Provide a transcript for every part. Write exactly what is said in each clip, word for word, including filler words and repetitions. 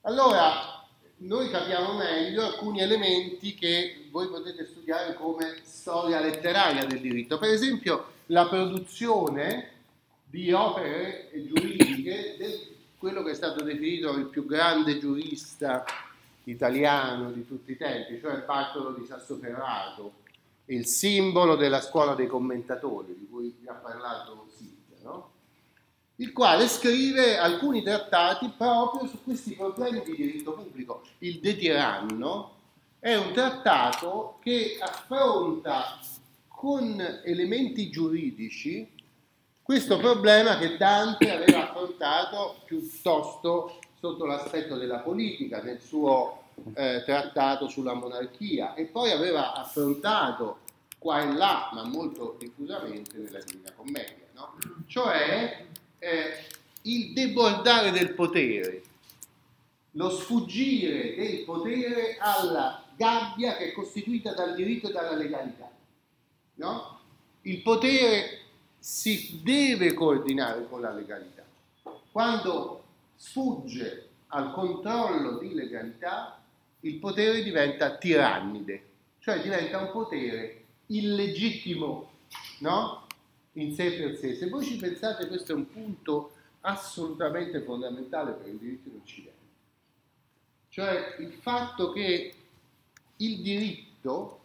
Allora, noi capiamo meglio alcuni elementi che voi potete studiare come storia letteraria del diritto. Per esempio, la produzione di opere giuridiche di quello che è stato definito il più grande giurista italiano di tutti i tempi, cioè Bartolo di Sassoferrato, il simbolo della scuola dei commentatori, di cui vi ha parlato Silvia, no? Il quale scrive alcuni trattati proprio su questi problemi di diritto pubblico. Il De Tiranno è un trattato che affronta con elementi giuridici questo problema che Dante aveva affrontato piuttosto sotto l'aspetto della politica nel suo eh, trattato sulla monarchia, e poi aveva affrontato qua e là, ma molto diffusamente, nella Divina Commedia, no? Cioè eh, il debordare del potere, lo sfuggire del potere alla gabbia che è costituita dal diritto e dalla legalità, no? Il potere si deve coordinare con la legalità. Quando sfugge al controllo di legalità, il potere diventa tirannide, cioè diventa un potere illegittimo, no? In sé per sé. Se voi ci pensate, questo è un punto assolutamente fondamentale per il diritto in Occidente. Cioè il fatto che il diritto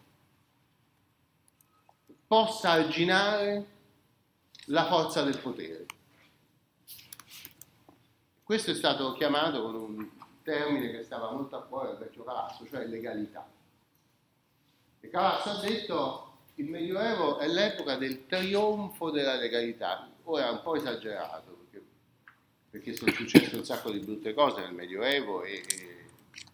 possa arginare la forza del potere. Questo è stato chiamato con un termine che stava molto a cuore al vecchio Calasso, cioè legalità. E Calasso ha detto: il Medioevo è l'epoca del trionfo della legalità. Ora è un po' esagerato, perché, perché sono successe un sacco di brutte cose nel Medioevo e, e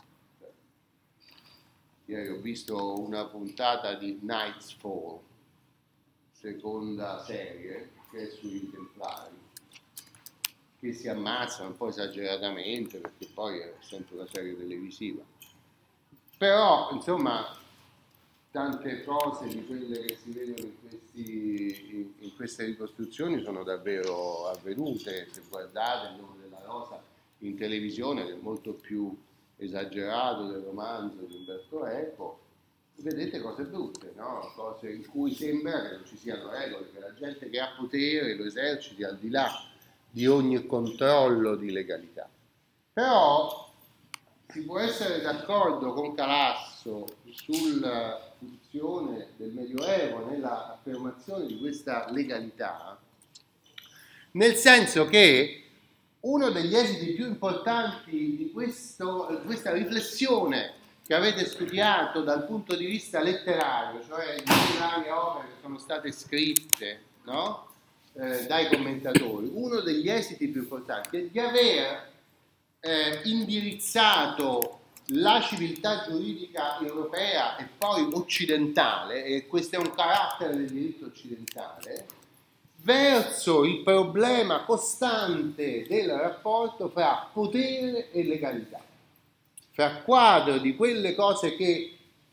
ieri ho visto una puntata di Knight's Fall, seconda serie, che è sui Templari, che si ammazzano un po' esageratamente, perché poi è sempre una serie televisiva. Però, insomma, tante cose di quelle che si vedono in, questi, in, in queste ricostruzioni sono davvero avvenute. Se guardate Il nome della rosa in televisione, che è molto più esagerato del romanzo di Umberto Eco, vedete cose brutte, no? Cose in cui sembra che non ci siano regole, che la gente che ha potere lo eserciti al di là di ogni controllo di legalità. Però si può essere d'accordo con Calasso sulla funzione del Medioevo nella affermazione di questa legalità, nel senso che uno degli esiti più importanti di questo, questa riflessione che avete studiato dal punto di vista letterario, cioè le varie opere che sono state scritte, no? eh, dai commentatori, uno degli esiti più importanti è di aver eh, indirizzato la civiltà giuridica europea e poi occidentale, e questo è un carattere del diritto occidentale, verso il problema costante del rapporto fra potere e legalità, fra quadro di quelle cose che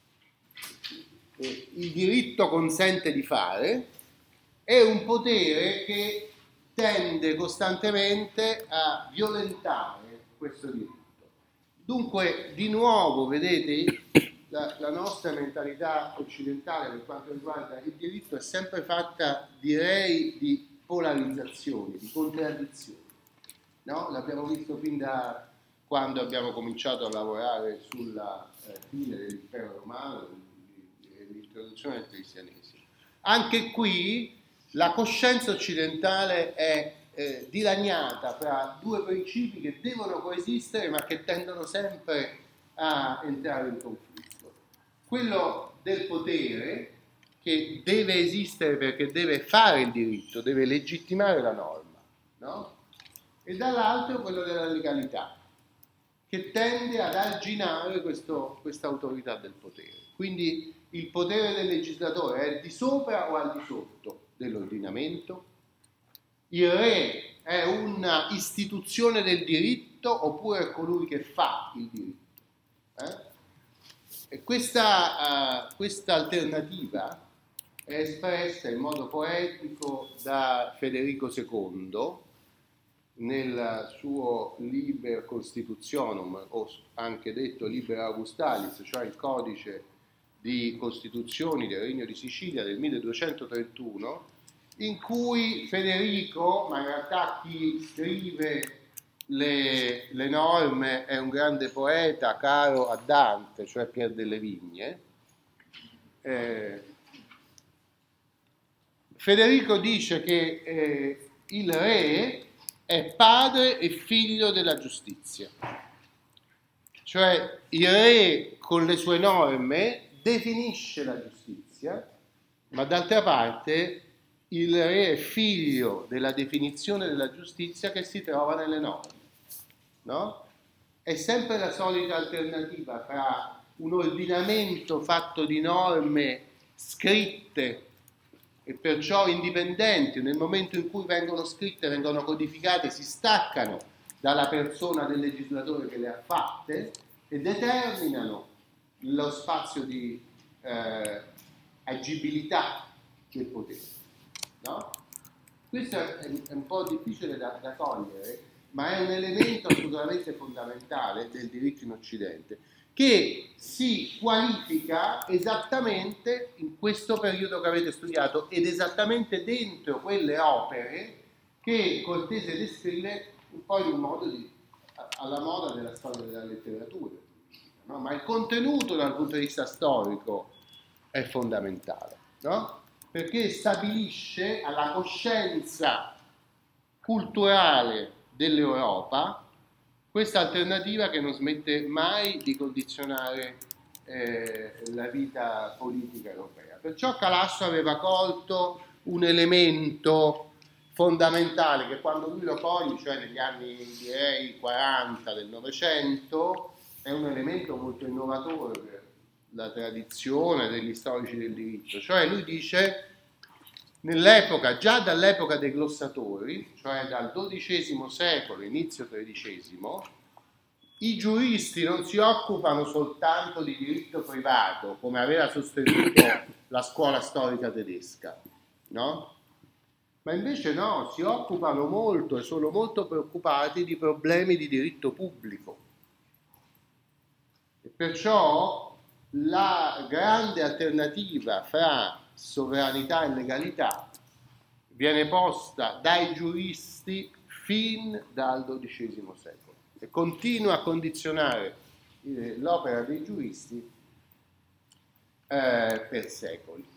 eh, il diritto consente di fare e un potere che tende costantemente a violentare questo diritto. Dunque, di nuovo, vedete, la, la nostra mentalità occidentale per quanto riguarda il diritto è sempre fatta, direi, di polarizzazioni, di contraddizioni, no? L'abbiamo visto fin da quando abbiamo cominciato a lavorare sulla eh, fine dell'impero romano e l'introduzione del cristianesimo. Anche qui la coscienza occidentale è eh, dilaniata fra due principi che devono coesistere ma che tendono sempre a entrare in conflitto. Quello del potere, che deve esistere perché deve fare il diritto, deve legittimare la norma, no? E dall'altro quello della legalità, che tende ad arginare questa autorità del potere. Quindi il potere del legislatore è di sopra o al di sotto dell'ordinamento? Il re è una istituzione del diritto oppure è colui che fa il diritto? Eh? E questa, uh, questa alternativa è espressa in modo poetico da Federico secondo nel suo Liber Constitutionum, o anche detto Liber Augustalis, cioè il codice di costituzioni del Regno di Sicilia del milleduecentotrentuno, in cui Federico, ma in realtà chi scrive le, le norme è un grande poeta caro a Dante, cioè Pier delle Vigne, eh, Federico dice che eh, il re è padre e figlio della giustizia, cioè il re con le sue norme definisce la giustizia, ma d'altra parte il re è figlio della definizione della giustizia che si trova nelle norme, no? È sempre la solita alternativa tra un ordinamento fatto di norme scritte e perciò indipendenti, nel momento in cui vengono scritte, vengono codificate, si staccano dalla persona del legislatore che le ha fatte e determinano lo spazio di eh, agibilità del potere, no? Questo è, è un po' difficile da, da cogliere, ma è un elemento assolutamente fondamentale del diritto in Occidente, che si qualifica esattamente in questo periodo che avete studiato ed esattamente dentro quelle opere che Cortese descrive un po' in un modo di, alla moda della storia della letteratura, no? Ma il contenuto dal punto di vista storico è fondamentale, no? Perché stabilisce alla coscienza culturale dell'Europa questa alternativa che non smette mai di condizionare eh, la vita politica europea. Perciò Calasso aveva colto un elemento fondamentale che quando lui lo coglie, cioè negli anni direi quaranta del Novecento, è un elemento molto innovatore per la tradizione degli storici del diritto. Cioè lui dice, nell'epoca, già dall'epoca dei glossatori, cioè dal dodicesimo secolo, inizio tredicesimo, i giuristi non si occupano soltanto di diritto privato, come aveva sostenuto la scuola storica tedesca, no? Ma invece no, si occupano molto e sono molto preoccupati di problemi di diritto pubblico. E perciò la grande alternativa fra sovranità e legalità viene posta dai giuristi fin dal dodicesimo secolo e continua a condizionare eh, l'opera dei giuristi eh, per secoli.